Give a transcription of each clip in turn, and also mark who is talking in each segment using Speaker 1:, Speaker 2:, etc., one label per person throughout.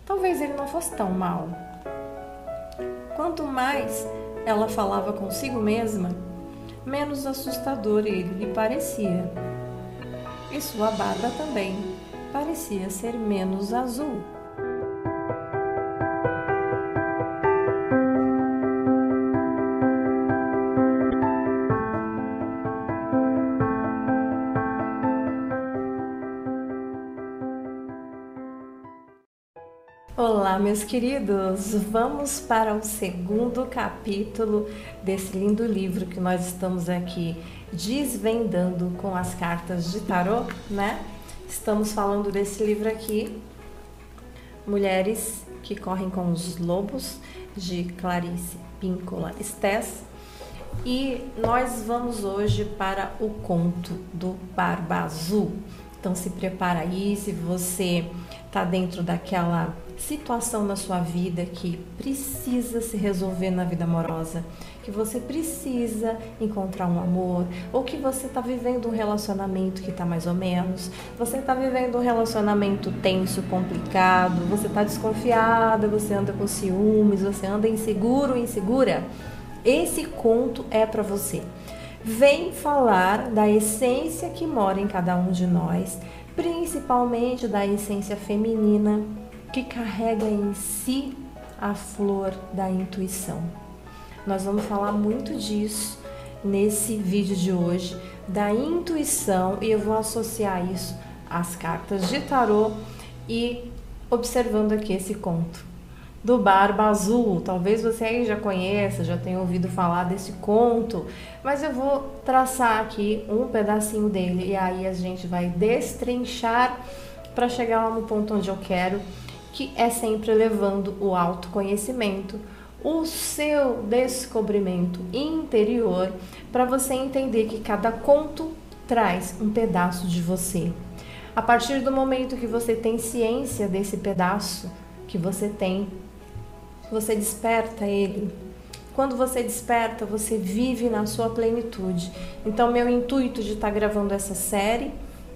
Speaker 1: talvez ele não fosse tão mal. Quanto mais ela falava consigo mesma, menos assustador ele lhe parecia. E sua barba também parecia ser menos azul. Olá, meus queridos! Vamos para o segundo capítulo desse lindo livro que nós estamos aqui desvendando com as cartas de tarô, né? Estamos falando desse livro aqui, Mulheres que Correm com os Lobos, de Clarice Píncola Estés. E nós vamos hoje para o conto do Barba Azul. Então se prepara aí, se você está dentro daquela situação na sua vida que precisa se resolver na vida amorosa, que você precisa encontrar um amor, ou que você está vivendo um relacionamento que está mais ou menos, você está vivendo um relacionamento tenso, complicado, você está desconfiada, você anda com ciúmes, você anda inseguro, insegura, esse conto é para você. Vem falar da essência que mora em cada um de nós, principalmente da essência feminina que carrega em si a flor da intuição. Nós vamos falar muito disso nesse vídeo de hoje, da intuição, e eu vou associar isso às cartas de tarô e observando aqui esse conto do Barba Azul. Talvez você aí já conheça, já tenha ouvido falar desse conto, mas eu vou traçar aqui um pedacinho dele e aí a gente vai destrinchar para chegar lá no ponto onde eu quero, que é sempre levando o autoconhecimento, o seu descobrimento interior, para você entender que cada conto traz um pedaço de você. A partir do momento que você tem ciência desse pedaço que você tem, você desperta ele. Quando você desperta, você vive na sua plenitude. Então, meu intuito de estar gravando essa série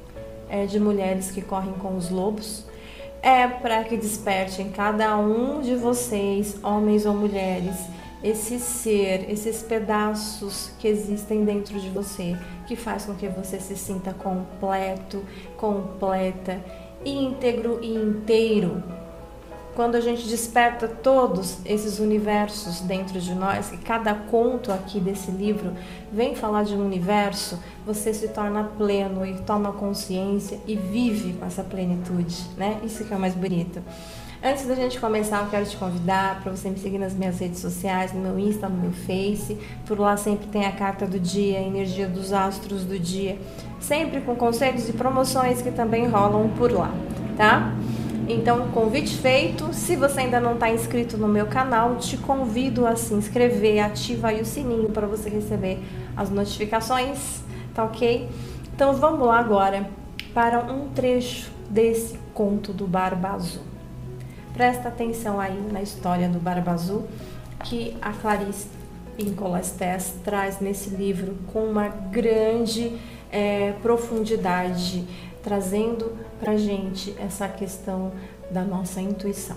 Speaker 1: de Mulheres que Correm com os Lobos é para que desperte em cada um de vocês, homens ou mulheres, esse ser, esses pedaços que existem dentro de você, que faz com que você se sinta completo, completa, íntegro e inteiro. Quando a gente desperta todos esses universos dentro de nós, que cada conto aqui desse livro vem falar de um universo, você se torna pleno e toma consciência e vive com essa plenitude, né? Isso que é o mais bonito. Antes da gente começar, eu quero te convidar para você me seguir nas minhas redes sociais, no meu Insta, no meu Face. Por lá sempre tem a carta do dia, a energia dos astros do dia, sempre com conselhos e promoções que também rolam por lá, tá? Então, convite feito. Se você ainda não está inscrito no meu canal, te convido a se inscrever, ativa aí o sininho para você receber as notificações, tá ok? Então, vamos lá agora para um trecho desse conto do Barba Azul. Presta atenção aí na história do Barba Azul, que a Clarice Píncola Estés traz nesse livro com uma grande profundidade, trazendo pra gente essa questão da nossa intuição.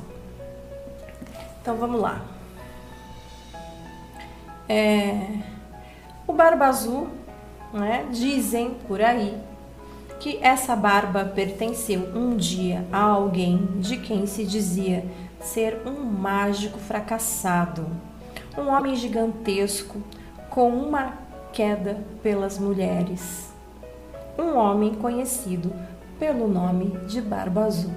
Speaker 1: Então vamos lá. O Barba Azul, né, dizem por aí que essa barba pertenceu um dia a alguém de quem se dizia ser um mágico fracassado, um homem gigantesco com uma queda pelas mulheres, um homem conhecido pelo nome de Barba Azul.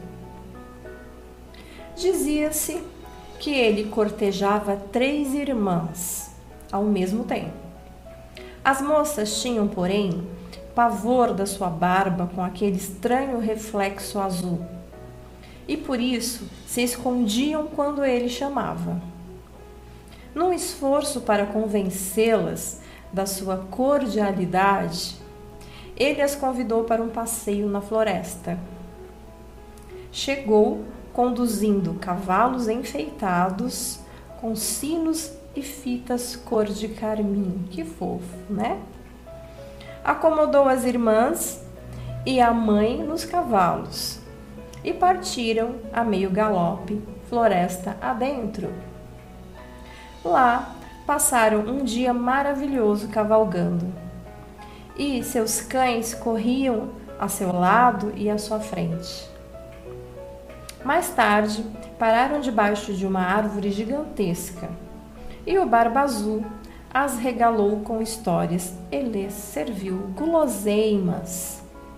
Speaker 1: Dizia-se que ele cortejava 3 irmãs ao mesmo tempo. As moças tinham, porém, pavor da sua barba com aquele estranho reflexo azul, e por isso se escondiam quando ele chamava. Num esforço para convencê-las da sua cordialidade, ele as convidou para um passeio na floresta. Chegou conduzindo cavalos enfeitados com sinos e fitas cor de carmim. Que fofo, né? Acomodou as irmãs e a mãe nos cavalos. e partiram a meio galope, floresta adentro. Lá passaram um dia maravilhoso cavalgando, e seus cães corriam a seu lado e à sua frente. Mais tarde, pararam debaixo de uma árvore gigantesca, e o Barba Azul as regalou com histórias e lhes serviu guloseimas.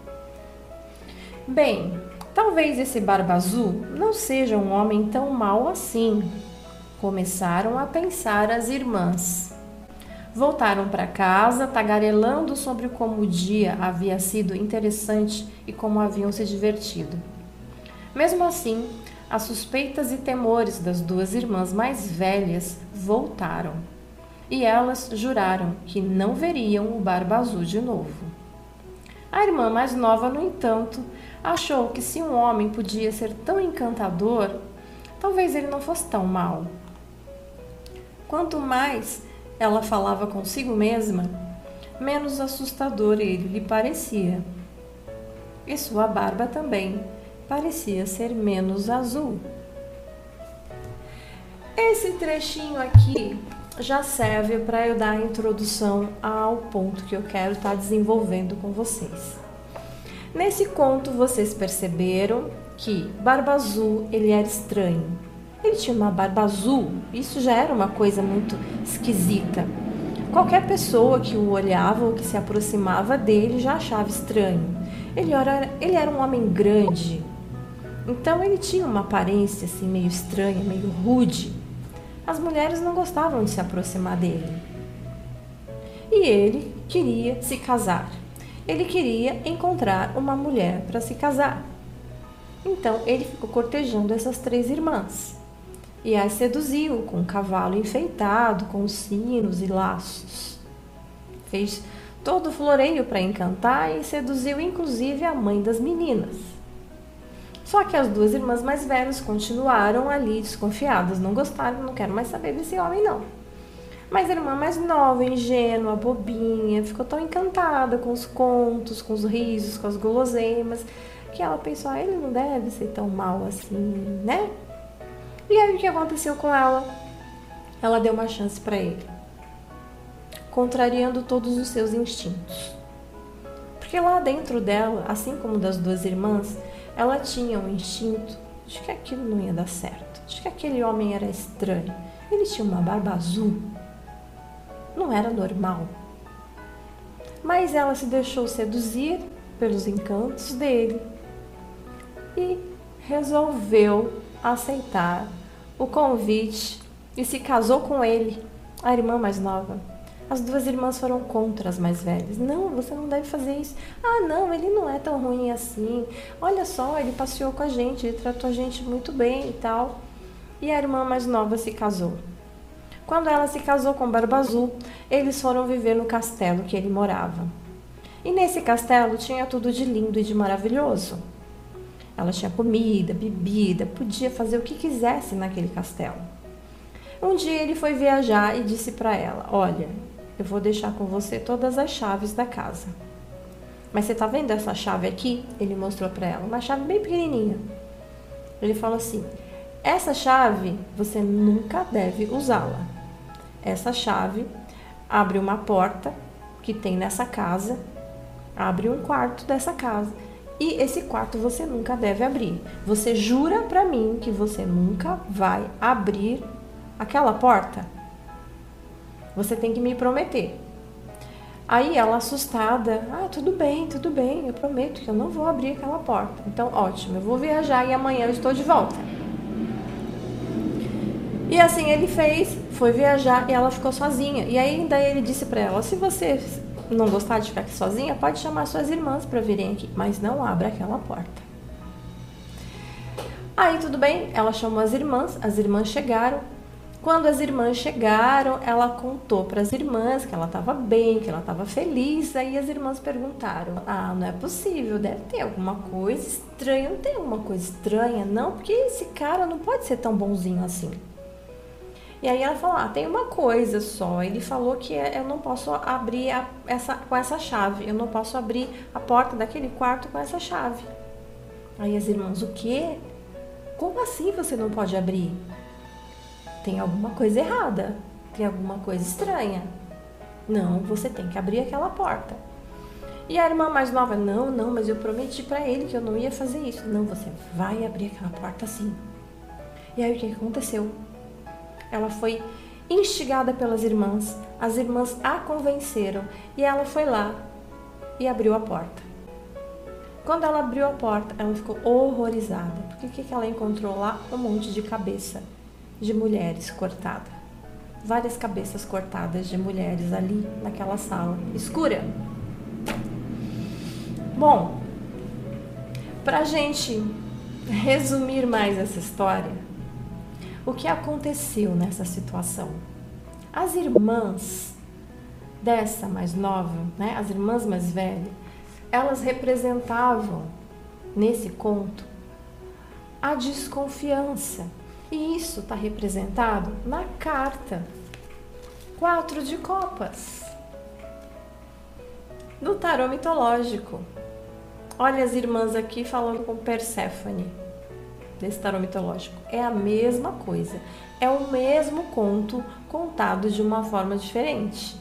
Speaker 1: Bem, talvez esse Barba Azul não seja um homem tão mau assim, começaram a pensar as irmãs. Voltaram para casa, tagarelando sobre como o dia havia sido interessante e como haviam se divertido. Mesmo assim, as suspeitas e temores das duas irmãs mais velhas voltaram, e elas juraram que não veriam o Barba Azul de novo. A irmã mais nova, no entanto, achou que se um homem podia ser tão encantador, talvez ele não fosse tão mau. Quanto mais ela falava consigo mesma, menos assustador ele lhe parecia. E sua barba também parecia ser menos azul. Esse trechinho aqui já serve para eu dar a introdução ao ponto que eu quero estar desenvolvendo com vocês. Nesse conto, vocês perceberam que Barba Azul, ele era estranho. Ele tinha uma barba azul, isso já era uma coisa muito esquisita. Qualquer pessoa que o olhava ou que se aproximava dele já achava estranho. Ele era um homem grande, então ele tinha uma aparência assim meio estranha, meio rude. As mulheres não gostavam de se aproximar dele. E ele queria se casar. Ele queria encontrar uma mulher para se casar. Então ele ficou cortejando essas três irmãs e as seduziu com um cavalo enfeitado, com sinos e laços. Fez todo o floreio para encantar e seduziu inclusive a mãe das meninas. Só que as duas irmãs mais velhas continuaram ali desconfiadas, não gostaram, não quero mais saber desse homem não. Mas a irmã mais nova, ingênua, bobinha, ficou tão encantada com os contos, com os risos, com as guloseimas, que ela pensou, ele não deve ser tão mal assim, né? E aí o que aconteceu com ela? Ela deu uma chance para ele, contrariando todos os seus instintos. Porque lá dentro dela, assim como das duas irmãs, ela tinha um instinto de que aquilo não ia dar certo, de que aquele homem era estranho. Ele tinha uma barba azul, não era normal. Mas ela se deixou seduzir pelos encantos dele e resolveu aceitar o convite e se casou com ele, a irmã mais nova. As duas irmãs foram contra as mais velhas. Não, você não deve fazer isso. Ah, não, ele não é tão ruim assim. Olha só, ele passeou com a gente, ele tratou a gente muito bem e tal. E a irmã mais nova se casou. Quando ela se casou com Barba Azul, eles foram viver no castelo que ele morava. E nesse castelo tinha tudo de lindo e de maravilhoso. Ela tinha comida, bebida, podia fazer o que quisesse naquele castelo. Um dia ele foi viajar e disse para ela, olha, eu vou deixar com você todas as chaves da casa. Mas você tá vendo essa chave aqui? Ele mostrou para ela, uma chave bem pequenininha. Ele falou assim, essa chave você nunca deve usá-la. Essa chave abre uma porta que tem nessa casa, abre um quarto dessa casa. E esse quarto você nunca deve abrir. Você jura para mim que você nunca vai abrir aquela porta? Você tem que me prometer. Aí ela assustada, tudo bem, eu prometo que eu não vou abrir aquela porta. Então, ótimo, eu vou viajar e amanhã eu estou de volta. E assim ele fez, foi viajar e ela ficou sozinha. E aí daí ele disse para ela, se você não gostar de ficar aqui sozinha, pode chamar suas irmãs para virem aqui, mas não abra aquela porta. Aí tudo bem, ela chamou as irmãs chegaram. Quando as irmãs chegaram, ela contou para as irmãs que ela estava bem, que ela estava feliz. Aí as irmãs perguntaram, não é possível, deve ter alguma coisa estranha. Não tem alguma coisa estranha, não, porque esse cara não pode ser tão bonzinho assim. E aí ela falou, tem uma coisa só, ele falou que eu não posso abrir com essa chave, eu não posso abrir a porta daquele quarto com essa chave. Aí as irmãs, o quê? Como assim você não pode abrir? Tem alguma coisa errada, tem alguma coisa estranha. Não, você tem que abrir aquela porta. E a irmã mais nova, não, mas eu prometi para ele que eu não ia fazer isso. Não, você vai abrir aquela porta sim. E aí o que aconteceu? Ela foi instigada pelas irmãs, as irmãs a convenceram e ela foi lá e abriu a porta. Quando ela abriu a porta, ela ficou horrorizada, porque o que ela encontrou lá? Um monte de cabeça de mulheres cortada. Várias cabeças cortadas de mulheres ali naquela sala escura. Bom, pra gente resumir mais essa história, o que aconteceu nessa situação? As irmãs dessa mais nova, né, as irmãs mais velhas, elas representavam nesse conto a desconfiança. E isso está representado na carta 4 de copas do tarô mitológico. Olha as irmãs aqui falando com Perséfone desse tarô mitológico. É a mesma coisa, é o mesmo conto contado de uma forma diferente.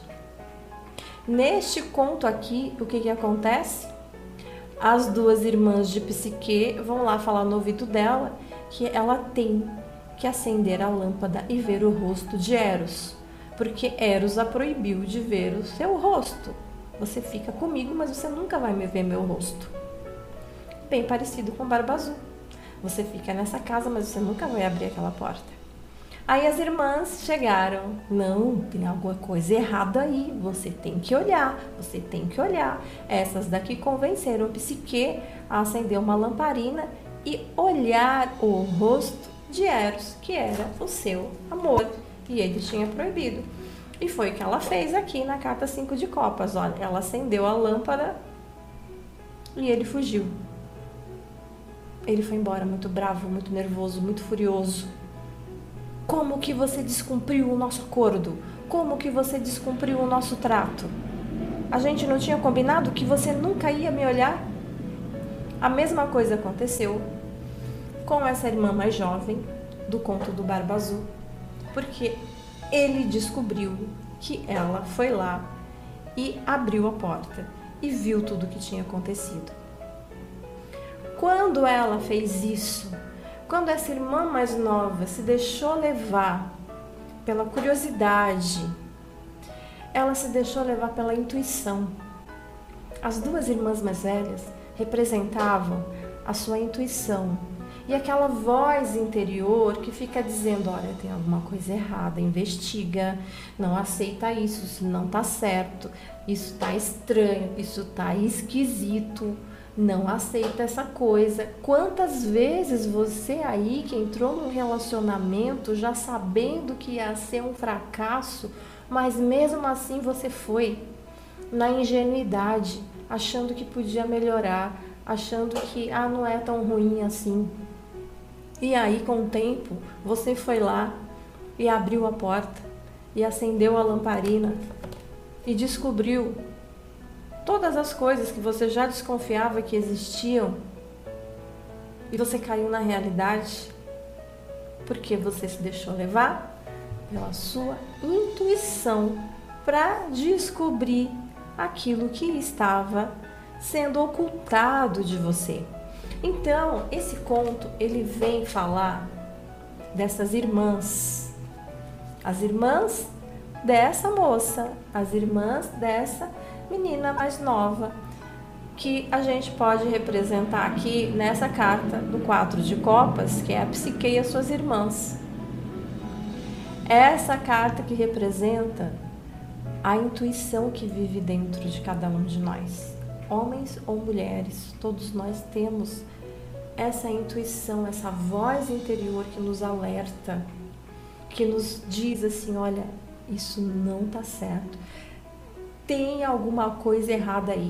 Speaker 1: Neste conto aqui, o que acontece? As duas irmãs de Psique vão lá falar no ouvido dela que ela tem que acender a lâmpada e ver o rosto de Eros, porque Eros a proibiu de ver o seu rosto. Você fica comigo, mas você nunca vai me ver meu rosto. Bem parecido com Barba Azul. Você fica nessa casa, mas você nunca vai abrir aquela porta. Aí as irmãs chegaram. Não, tem alguma coisa errada aí. Você tem que olhar, você tem que olhar. Essas daqui convenceram Psique a acender uma lamparina e olhar o rosto de Eros, que era o seu amor. E ele tinha proibido. E foi o que ela fez aqui na carta 5 de copas. Olha, ela acendeu a lâmpada e ele fugiu. Ele foi embora muito bravo, muito nervoso, muito furioso. Como que você descumpriu o nosso acordo? Como que você descumpriu o nosso trato? A gente não tinha combinado que você nunca ia me olhar? A mesma coisa aconteceu com essa irmã mais jovem do conto do Barba Azul, porque ele descobriu que ela foi lá e abriu a porta e viu tudo o que tinha acontecido. Quando ela fez isso, quando essa irmã mais nova se deixou levar pela curiosidade, ela se deixou levar pela intuição. As duas irmãs mais velhas representavam a sua intuição e aquela voz interior que fica dizendo, olha, tem alguma coisa errada, investiga, não aceita isso, isso não tá certo, isso tá estranho, isso tá esquisito. Não aceita essa coisa. Quantas vezes você aí que entrou num relacionamento já sabendo que ia ser um fracasso, mas mesmo assim você foi na ingenuidade, achando que podia melhorar, achando que não é tão ruim assim. E aí com o tempo você foi lá e abriu a porta e acendeu a lamparina e descobriu todas as coisas que você já desconfiava que existiam e você caiu na realidade porque você se deixou levar pela sua intuição para descobrir aquilo que estava sendo ocultado de você. Então, esse conto, ele vem falar dessas irmãs, as irmãs dessa moça, as irmãs dessa menina mais nova, que a gente pode representar aqui nessa carta do 4 de copas, que é a Psique e as suas irmãs. Essa carta que representa a intuição que vive dentro de cada um de nós, homens ou mulheres, todos nós temos essa intuição, essa voz interior que nos alerta, que nos diz assim, olha, isso não tá certo. Tem alguma coisa errada aí.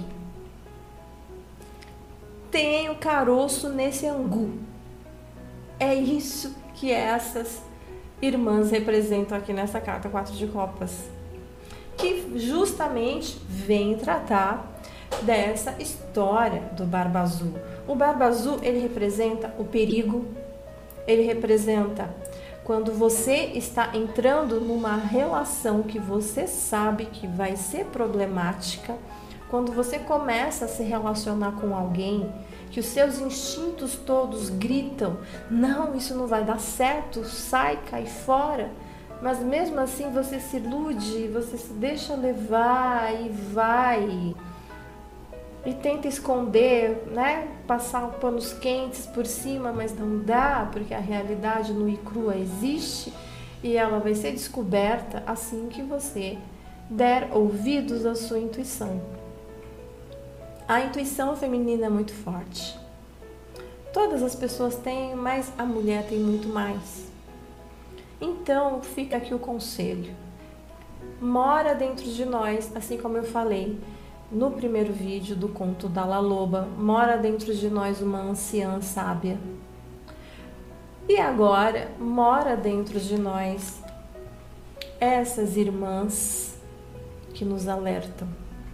Speaker 1: Tem o caroço nesse angu. É isso que essas irmãs representam aqui nessa carta 4 de copas. Que justamente vem tratar dessa história do Barba Azul. O Barba Azul, ele representa o perigo, ele representa quando você está entrando numa relação que você sabe que vai ser problemática, quando você começa a se relacionar com alguém, que os seus instintos todos gritam, não, isso não vai dar certo, sai, cai fora, mas mesmo assim você se ilude, você se deixa levar e vai e tenta esconder, né? Passar panos quentes por cima, mas não dá, porque a realidade nua e crua existe e ela vai ser descoberta assim que você der ouvidos à sua intuição. A intuição feminina é muito forte. Todas as pessoas têm, mas a mulher tem muito mais. Então, fica aqui o conselho. Mora dentro de nós, assim como eu falei no primeiro vídeo do conto da La Loba, mora dentro de nós uma anciã sábia. E agora, mora dentro de nós essas irmãs que nos alertam.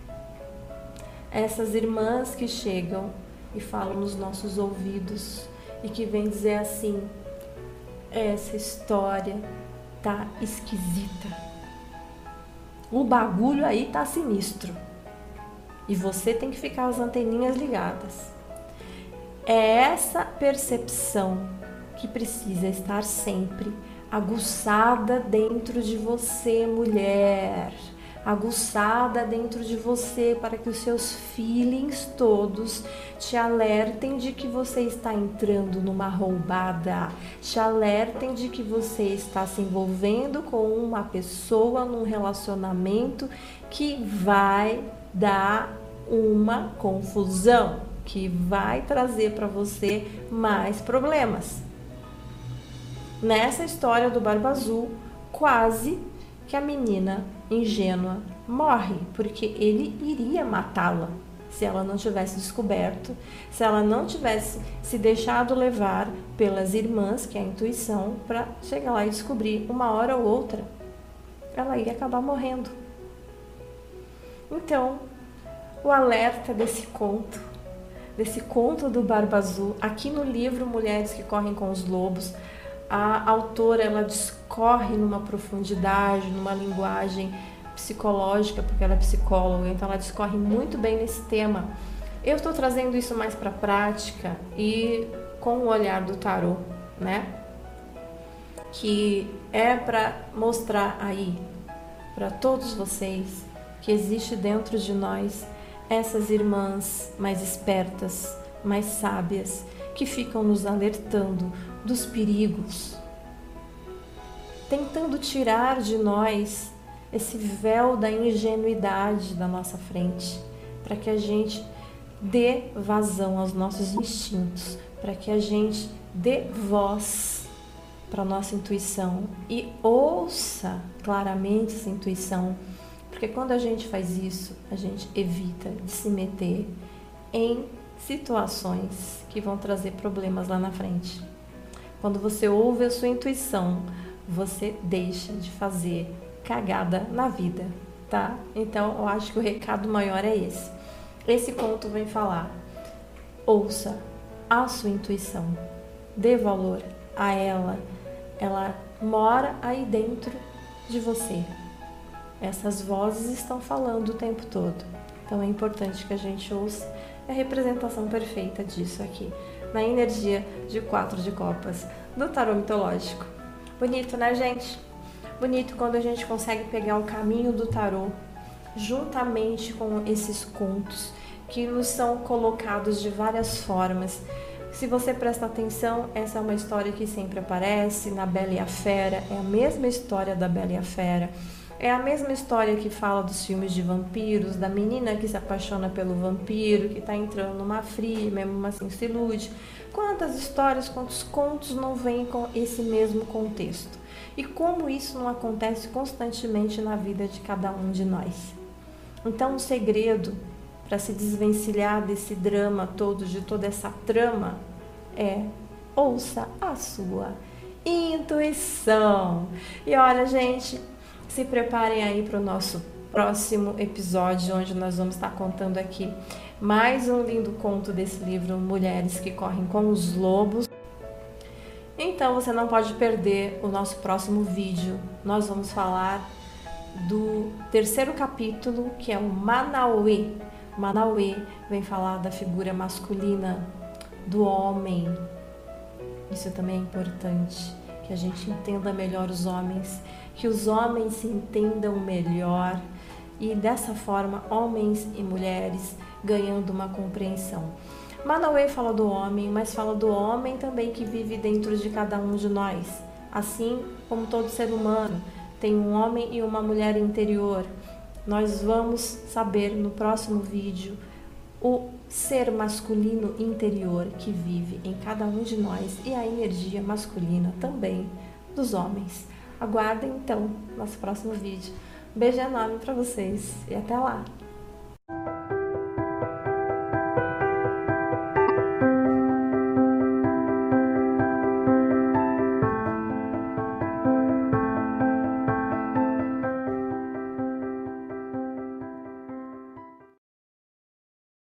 Speaker 1: Essas irmãs que chegam e falam nos nossos ouvidos e que vêm dizer assim, essa história tá esquisita. O bagulho aí tá sinistro. E você tem que ficar as anteninhas ligadas. É essa percepção que precisa estar sempre aguçada dentro de você, mulher. Aguçada dentro de você para que os seus feelings todos te alertem de que você está entrando numa roubada, te alertem de que você está se envolvendo com uma pessoa num relacionamento que vai dar uma confusão, que vai trazer para você mais problemas. Nessa história do Barba Azul, quase que a menina ingênua morre, porque ele iria matá-la se ela não tivesse descoberto, se ela não tivesse se deixado levar pelas irmãs, que é a intuição, para chegar lá e descobrir uma hora ou outra, ela ia acabar morrendo. Então, o alerta desse conto do Barba Azul, aqui no livro Mulheres que Correm com os Lobos, a autora ela discorre numa profundidade, numa linguagem psicológica, porque ela é psicóloga, então ela discorre muito bem nesse tema. Eu estou trazendo isso mais para a prática e com o olhar do tarô, né? Que é para mostrar aí para todos vocês que existe dentro de nós essas irmãs mais espertas, mais sábias, que ficam nos alertando dos perigos, tentando tirar de nós esse véu da ingenuidade da nossa frente, para que a gente dê vazão aos nossos instintos, para que a gente dê voz para a nossa intuição e ouça claramente essa intuição, porque quando a gente faz isso, a gente evita de se meter em situações que vão trazer problemas lá na frente. Quando você ouve a sua intuição, você deixa de fazer cagada na vida, tá? Então, eu acho que o recado maior é esse. Esse conto vem falar, ouça a sua intuição, dê valor a ela mora aí dentro de você. Essas vozes estão falando o tempo todo, então é importante que a gente ouça. É a representação perfeita disso aqui, na energia de 4 de copas do tarô mitológico. Bonito, né, gente? Bonito quando a gente consegue pegar o caminho do tarô juntamente com esses contos que nos são colocados de várias formas. Se você presta atenção, essa é uma história que sempre aparece na Bela e a Fera, é a mesma história da Bela e a Fera. É a mesma história que fala dos filmes de vampiros, da menina que se apaixona pelo vampiro, que está entrando numa fria, mesmo assim se ilude. Quantas histórias, quantos contos não vêm com esse mesmo contexto? E como isso não acontece constantemente na vida de cada um de nós? Então, o segredo para se desvencilhar desse drama todo, de toda essa trama, é ouça a sua intuição. E olha, gente, se preparem aí para o nosso próximo episódio, onde nós vamos estar contando aqui Mais um lindo conto desse livro, Mulheres que Correm com os Lobos. Então você não pode perder o nosso próximo vídeo. Nós vamos falar do terceiro capítulo, que é o Manauê. Manauê vem falar da figura masculina, do homem. Isso também é importante, que a gente entenda melhor os homens, que os homens se entendam melhor e dessa forma homens e mulheres ganhando uma compreensão. Manauê fala do homem, mas fala do homem também que vive dentro de cada um de nós. Assim como todo ser humano tem um homem e uma mulher interior. Nós vamos saber no próximo vídeo o ser masculino interior que vive em cada um de nós e a energia masculina também dos homens. Aguardem então nosso próximo vídeo. Um beijo enorme para vocês e até lá!